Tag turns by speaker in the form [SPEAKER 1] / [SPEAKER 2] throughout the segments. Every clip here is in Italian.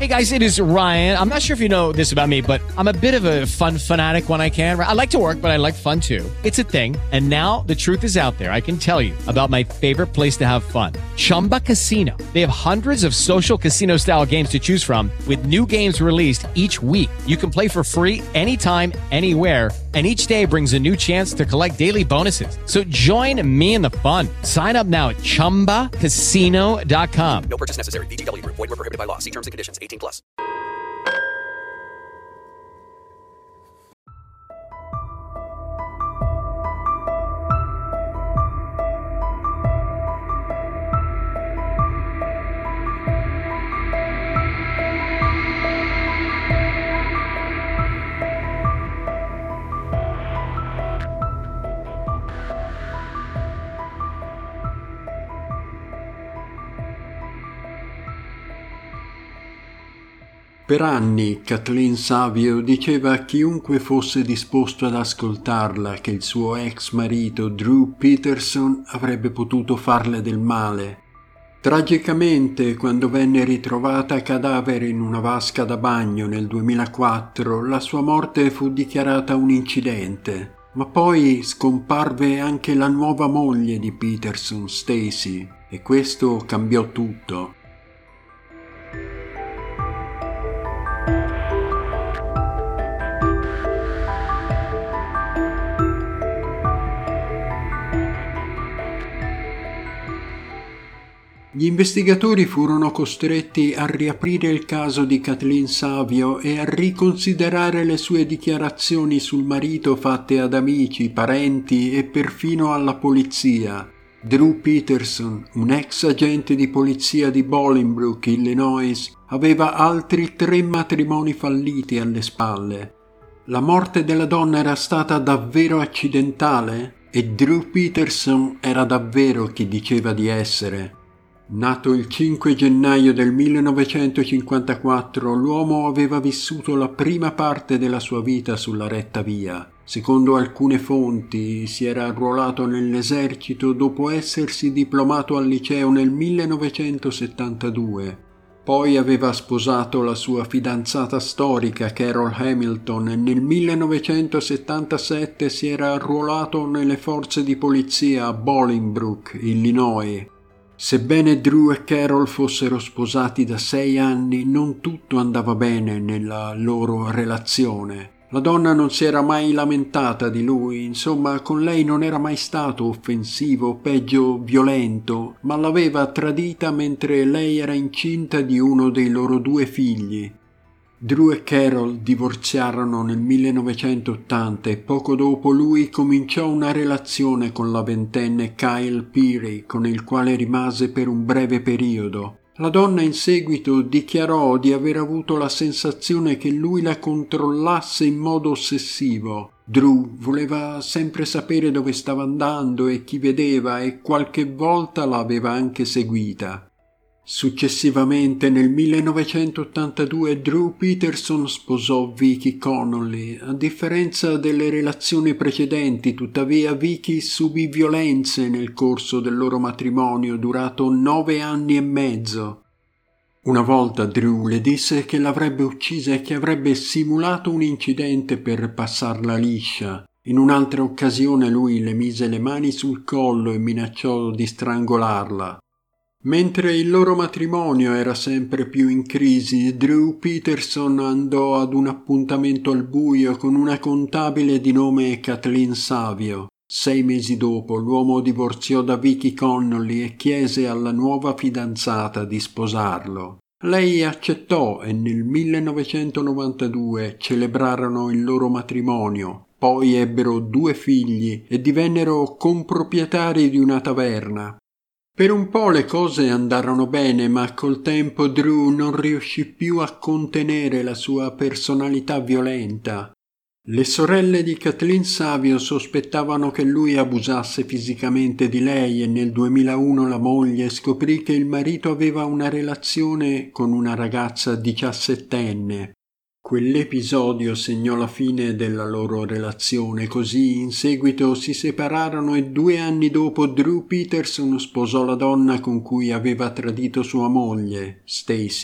[SPEAKER 1] Hey guys, it is Ryan. I'm not sure if you know this about me, but I'm a bit of a fun fanatic when I can. I like to work, but I like fun too. It's a thing. And now the truth is out there. I can tell you about my favorite place to have fun. Chumba Casino. They have hundreds of social casino style games to choose from with new games released each week. You can play for free anytime, anywhere. And each day brings a new chance to collect daily bonuses. So join me in the fun. Sign up now at ChumbaCasino.com.
[SPEAKER 2] No purchase necessary. VGW Group. Void where prohibited by law. See terms and conditions. 18+.
[SPEAKER 3] Per anni Kathleen Savio diceva a chiunque fosse disposto ad ascoltarla che il suo ex marito Drew Peterson avrebbe potuto farle del male. Tragicamente, quando venne ritrovata cadavere in una vasca da bagno nel 2004, la sua morte fu dichiarata un incidente, ma poi scomparve anche la nuova moglie di Peterson, Stacy, e questo cambiò tutto. Gli investigatori furono costretti a riaprire il caso di Kathleen Savio e a riconsiderare le sue dichiarazioni sul marito fatte ad amici, parenti e perfino alla polizia. Drew Peterson, un ex agente di polizia di Bolingbrook, Illinois, aveva altri 3 matrimoni falliti alle spalle. La morte della donna era stata davvero accidentale? E Drew Peterson era davvero chi diceva di essere? Nato il 5 gennaio del 1954, l'uomo aveva vissuto la prima parte della sua vita sulla retta via. Secondo alcune fonti, si era arruolato nell'esercito dopo essersi diplomato al liceo nel 1972. Poi aveva sposato la sua fidanzata storica Carol Hamilton e nel 1977 si era arruolato nelle forze di polizia a Bolingbrook, Illinois. Sebbene Drew e Carol fossero sposati da 6 anni, non tutto andava bene nella loro relazione. La donna non si era mai lamentata di lui, insomma, con lei non era mai stato offensivo, peggio violento, ma l'aveva tradita mentre lei era incinta di uno dei loro 2 figli. Drew e Carol divorziarono nel 1980 e poco dopo lui cominciò una relazione con la 20enne Kyle Peary, con il quale rimase per un breve periodo. La donna in seguito dichiarò di aver avuto la sensazione che lui la controllasse in modo ossessivo. Drew voleva sempre sapere dove stava andando e chi vedeva e qualche volta l'aveva anche seguita. Successivamente, nel 1982, Drew Peterson sposò Vicky Connolly. A differenza delle relazioni precedenti, tuttavia, Vicky subì violenze nel corso del loro matrimonio durato 9 anni e mezzo. Una volta Drew le disse che l'avrebbe uccisa e che avrebbe simulato un incidente per passarla liscia. In un'altra occasione lui le mise le mani sul collo e minacciò di strangolarla. Mentre il loro matrimonio era sempre più in crisi, Drew Peterson andò ad un appuntamento al buio con una contabile di nome Kathleen Savio. 6 mesi dopo l'uomo divorziò da Vicky Connolly e chiese alla nuova fidanzata di sposarlo. Lei accettò e nel 1992 celebrarono il loro matrimonio. Poi ebbero 2 figli e divennero comproprietari di una taverna. Per un po' le cose andarono bene, ma col tempo Drew non riuscì più a contenere la sua personalità violenta. Le sorelle di Kathleen Savio sospettavano che lui abusasse fisicamente di lei e nel 2001 la moglie scoprì che il marito aveva una relazione con una ragazza 17enne. Quell'episodio segnò la fine della loro relazione, così in seguito si separarono e 2 anni dopo Drew Peterson sposò la donna con cui aveva tradito sua moglie, Stacy.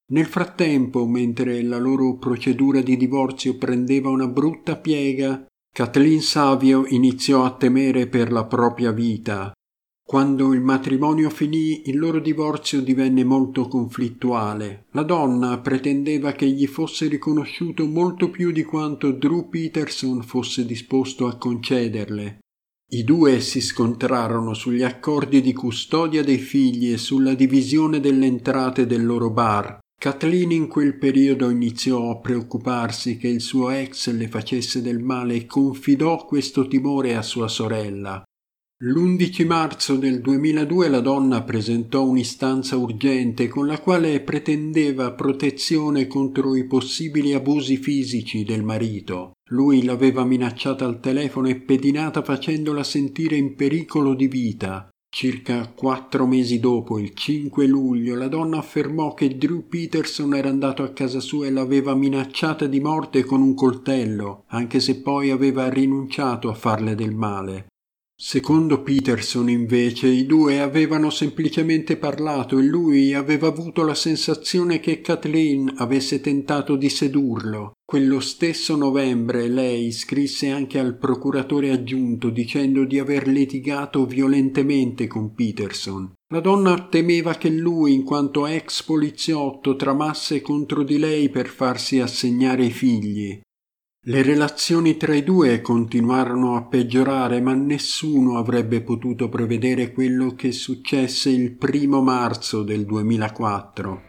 [SPEAKER 3] Nel frattempo, mentre la loro procedura di divorzio prendeva una brutta piega, Kathleen Savio iniziò a temere per la propria vita. Quando il matrimonio finì, il loro divorzio divenne molto conflittuale. La donna pretendeva che gli fosse riconosciuto molto più di quanto Drew Peterson fosse disposto a concederle. I due si scontrarono sugli accordi di custodia dei figli e sulla divisione delle entrate del loro bar. Kathleen in quel periodo iniziò a preoccuparsi che il suo ex le facesse del male e confidò questo timore a sua sorella. L'11 marzo del 2002 la donna presentò un'istanza urgente con la quale pretendeva protezione contro i possibili abusi fisici del marito. Lui l'aveva minacciata al telefono e pedinata facendola sentire in pericolo di vita. Circa 4 mesi dopo, il 5 luglio, la donna affermò che Drew Peterson era andato a casa sua e l'aveva minacciata di morte con un coltello, anche se poi aveva rinunciato a farle del male. Secondo Peterson, invece, i due avevano semplicemente parlato e lui aveva avuto la sensazione che Kathleen avesse tentato di sedurlo. Quello stesso novembre lei scrisse anche al procuratore aggiunto dicendo di aver litigato violentemente con Peterson. La donna temeva che lui, in quanto ex poliziotto, tramasse contro di lei per farsi assegnare i figli. Le relazioni tra i due continuarono a peggiorare, ma nessuno avrebbe potuto prevedere quello che successe il 1 marzo del 2004.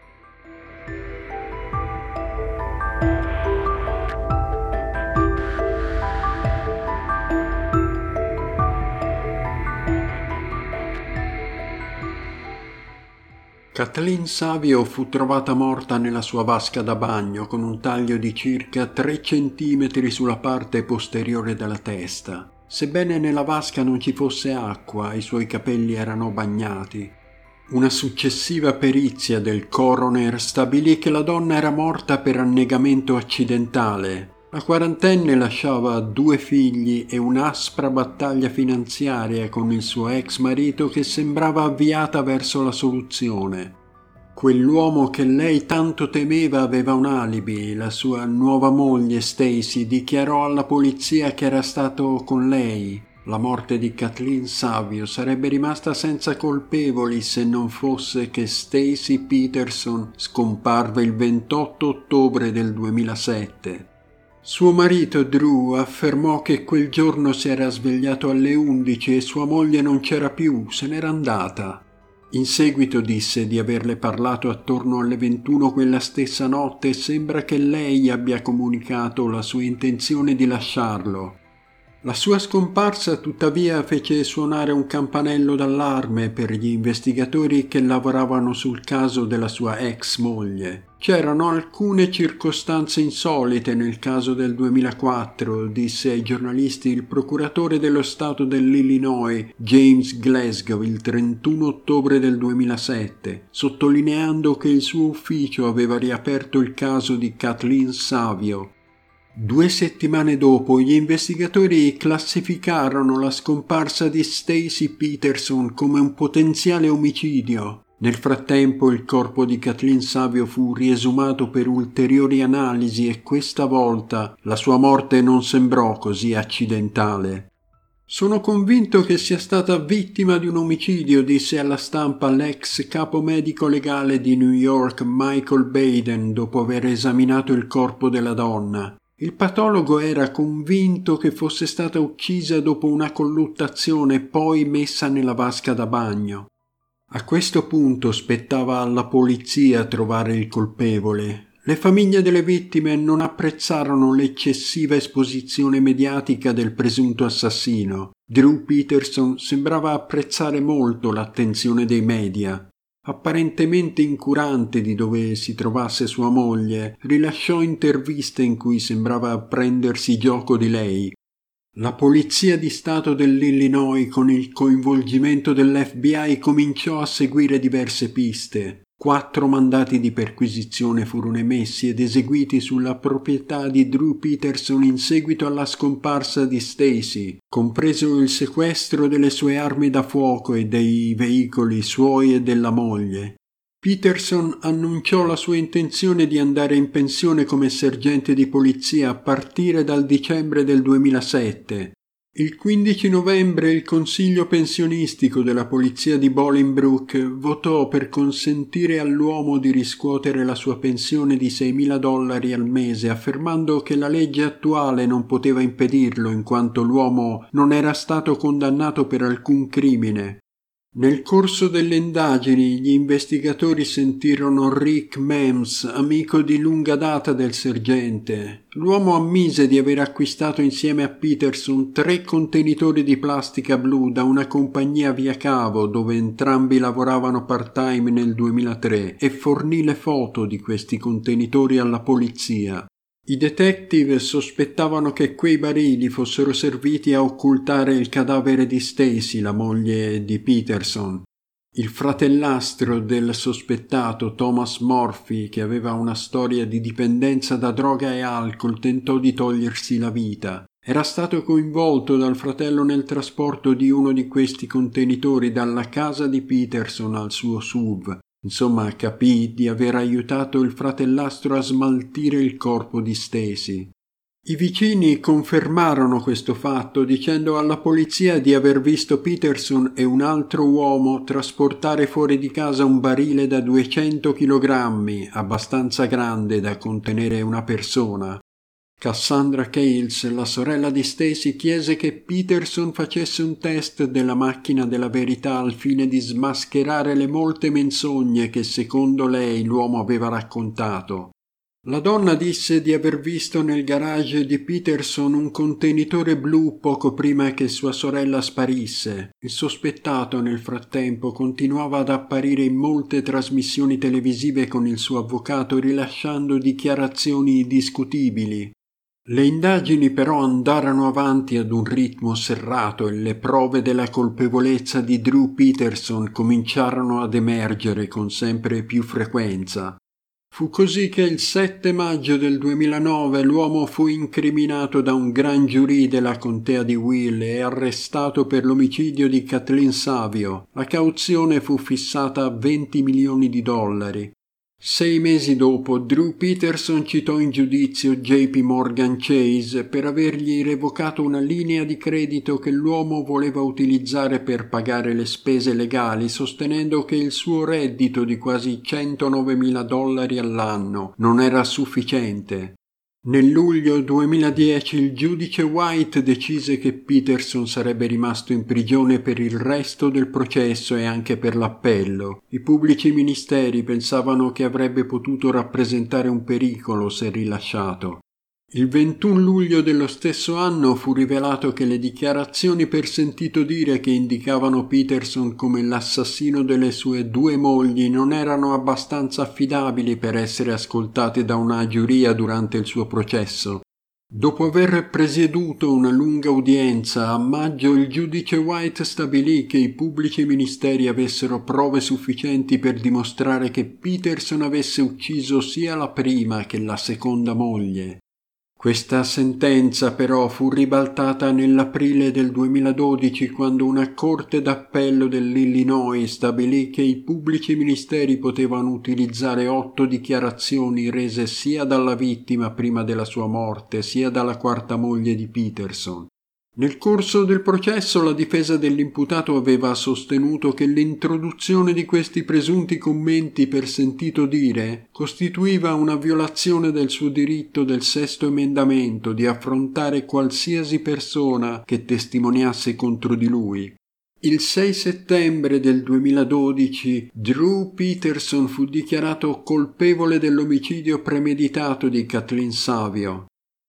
[SPEAKER 3] Kathleen Savio fu trovata morta nella sua vasca da bagno con un taglio di circa 3 centimetri sulla parte posteriore della testa. Sebbene nella vasca non ci fosse acqua, i suoi capelli erano bagnati. Una successiva perizia del coroner stabilì che la donna era morta per annegamento accidentale. La quarantenne lasciava 2 figli e un'aspra battaglia finanziaria con il suo ex marito che sembrava avviata verso la soluzione. Quell'uomo che lei tanto temeva aveva un alibi. La sua nuova moglie Stacy dichiarò alla polizia che era stato con lei. La morte di Kathleen Savio sarebbe rimasta senza colpevoli se non fosse che Stacy Peterson scomparve il 28 ottobre del 2007. Suo marito Drew affermò che quel giorno si era svegliato alle 11 e sua moglie non c'era più, se n'era andata. In seguito disse di averle parlato attorno alle 21 quella stessa notte e sembra che lei abbia comunicato la sua intenzione di lasciarlo. La sua scomparsa tuttavia fece suonare un campanello d'allarme per gli investigatori che lavoravano sul caso della sua ex moglie. C'erano alcune circostanze insolite nel caso del 2004, disse ai giornalisti il procuratore dello stato dell'Illinois, James Glasgow, il 31 ottobre del 2007, sottolineando che il suo ufficio aveva riaperto il caso di Kathleen Savio. 2 settimane dopo, gli investigatori classificarono la scomparsa di Stacy Peterson come un potenziale omicidio. Nel frattempo, il corpo di Kathleen Savio fu riesumato per ulteriori analisi e questa volta la sua morte non sembrò così accidentale. Sono convinto che sia stata vittima di un omicidio, disse alla stampa l'ex capo medico legale di New York Michael Baden dopo aver esaminato il corpo della donna. Il patologo era convinto che fosse stata uccisa dopo una colluttazione e poi messa nella vasca da bagno. A questo punto spettava alla polizia trovare il colpevole. Le famiglie delle vittime non apprezzarono l'eccessiva esposizione mediatica del presunto assassino. Drew Peterson sembrava apprezzare molto l'attenzione dei media. Apparentemente incurante di dove si trovasse sua moglie, rilasciò interviste in cui sembrava prendersi gioco di lei. La Polizia di Stato dell'Illinois, con il coinvolgimento dell'FBI, cominciò a seguire diverse piste. 4 mandati di perquisizione furono emessi ed eseguiti sulla proprietà di Drew Peterson in seguito alla scomparsa di Stacy, compreso il sequestro delle sue armi da fuoco e dei veicoli suoi e della moglie. Peterson annunciò la sua intenzione di andare in pensione come sergente di polizia a partire dal dicembre del 2007. Il 15 novembre il consiglio pensionistico della polizia di Bolingbrook votò per consentire all'uomo di riscuotere la sua pensione di $6.000 al mese, affermando che la legge attuale non poteva impedirlo in quanto l'uomo non era stato condannato per alcun crimine. Nel corso delle indagini gli investigatori sentirono Rick Mems, amico di lunga data del sergente. L'uomo ammise di aver acquistato insieme a Peterson 3 contenitori di plastica blu da una compagnia via cavo dove entrambi lavoravano part-time nel 2003 e fornì le foto di questi contenitori alla polizia. I detective sospettavano che quei barili fossero serviti a occultare il cadavere di Stacy, la moglie di Peterson. Il fratellastro del sospettato, Thomas Murphy, che aveva una storia di dipendenza da droga e alcol, tentò di togliersi la vita. Era stato coinvolto dal fratello nel trasporto di uno di questi contenitori dalla casa di Peterson al suo SUV. Insomma, capì di aver aiutato il fratellastro a smaltire il corpo di Stacy. I vicini confermarono questo fatto dicendo alla polizia di aver visto Peterson e un altro uomo trasportare fuori di casa un barile da 200 kg, abbastanza grande da contenere una persona. Cassandra Cales, la sorella di Stacy, chiese che Peterson facesse un test della macchina della verità al fine di smascherare le molte menzogne che secondo lei l'uomo aveva raccontato. La donna disse di aver visto nel garage di Peterson un contenitore blu poco prima che sua sorella sparisse. Il sospettato nel frattempo continuava ad apparire in molte trasmissioni televisive con il suo avvocato rilasciando dichiarazioni discutibili. Le indagini però andarono avanti ad un ritmo serrato e le prove della colpevolezza di Drew Peterson cominciarono ad emergere con sempre più frequenza. Fu così che il 7 maggio del 2009 l'uomo fu incriminato da un gran giurì della contea di Will e arrestato per l'omicidio di Kathleen Savio. La cauzione fu fissata a $20 milioni. 6 mesi dopo, Drew Peterson citò in giudizio JP Morgan Chase per avergli revocato una linea di credito che l'uomo voleva utilizzare per pagare le spese legali, sostenendo che il suo reddito di quasi $109.000 all'anno non era sufficiente. Nel luglio 2010 il giudice White decise che Peterson sarebbe rimasto in prigione per il resto del processo e anche per l'appello. I pubblici ministeri pensavano che avrebbe potuto rappresentare un pericolo se rilasciato. Il 21 luglio dello stesso anno fu rivelato che le dichiarazioni per sentito dire che indicavano Peterson come l'assassino delle sue 2 mogli non erano abbastanza affidabili per essere ascoltate da una giuria durante il suo processo. Dopo aver presieduto una lunga udienza, a maggio il giudice White stabilì che i pubblici ministeri avessero prove sufficienti per dimostrare che Peterson avesse ucciso sia la prima che la seconda moglie. Questa sentenza però fu ribaltata nell'aprile del 2012 quando una corte d'appello dell'Illinois stabilì che i pubblici ministeri potevano utilizzare 8 dichiarazioni rese sia dalla vittima prima della sua morte sia dalla quarta moglie di Peterson. Nel corso del processo la difesa dell'imputato aveva sostenuto che l'introduzione di questi presunti commenti per sentito dire costituiva una violazione del suo diritto del Sesto Emendamento di affrontare qualsiasi persona che testimoniasse contro di lui. Il 6 settembre del 2012 Drew Peterson fu dichiarato colpevole dell'omicidio premeditato di Kathleen Savio.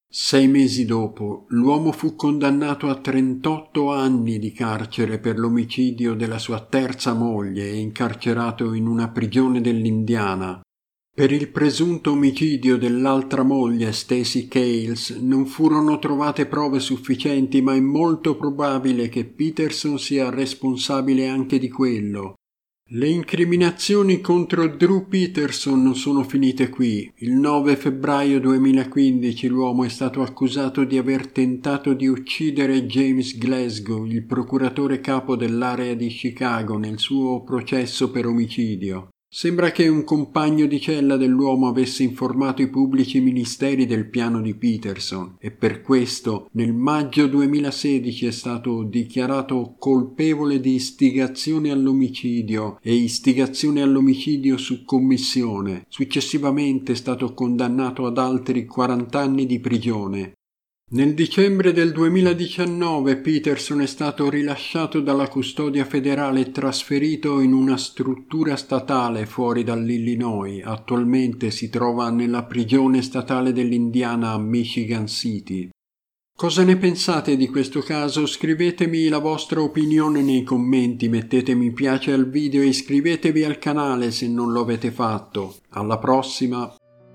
[SPEAKER 3] 6 mesi dopo, l'uomo fu condannato a 38 anni di carcere per l'omicidio della sua terza moglie e incarcerato in una prigione dell'Indiana. Per il presunto omicidio dell'altra moglie, Stacy Cales, non furono trovate prove sufficienti, ma è molto probabile che Peterson sia responsabile anche di quello. Le incriminazioni contro Drew Peterson non sono finite qui. Il 9 febbraio 2015 l'uomo è stato accusato di aver tentato di uccidere James Glasgow, il procuratore capo dell'area di Chicago, nel suo processo per omicidio. Sembra che un compagno di cella dell'uomo avesse informato i pubblici ministeri del piano di Peterson e per questo nel maggio 2016 è stato dichiarato colpevole di istigazione all'omicidio e istigazione all'omicidio su commissione. Successivamente è stato condannato ad altri 40 anni di prigione. Nel dicembre del 2019 Peterson è stato rilasciato dalla custodia federale e trasferito in una struttura statale fuori dall'Illinois. Attualmente si trova nella prigione statale dell'Indiana a Michigan City. Cosa ne pensate di questo caso? Scrivetemi la vostra opinione nei commenti, mettete mi piace al video e iscrivetevi al canale se non lo avete fatto. Alla prossima!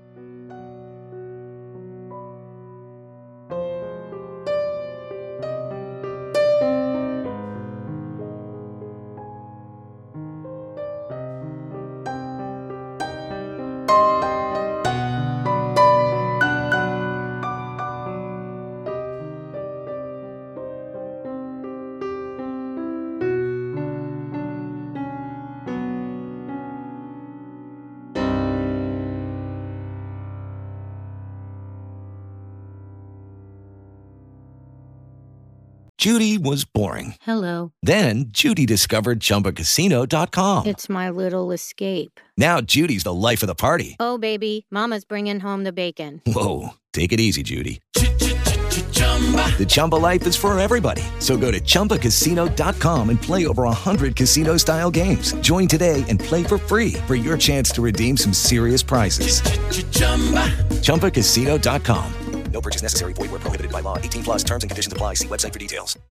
[SPEAKER 4] Judy was boring.
[SPEAKER 5] Hello.
[SPEAKER 4] Then Judy discovered ChumbaCasino.com.
[SPEAKER 5] It's my little escape.
[SPEAKER 4] Now Judy's the life of the party.
[SPEAKER 5] Oh, baby, mama's bringing home the bacon.
[SPEAKER 4] Whoa, take it easy, Judy. The Chumba life is for everybody. So go to ChumbaCasino.com and play over 100 casino-style games. Join today and play for free for your chance to redeem some serious prizes. ChumbaCasino.com.
[SPEAKER 2] No purchase necessary. Void where prohibited by law. 18+ terms and conditions apply. See website for details.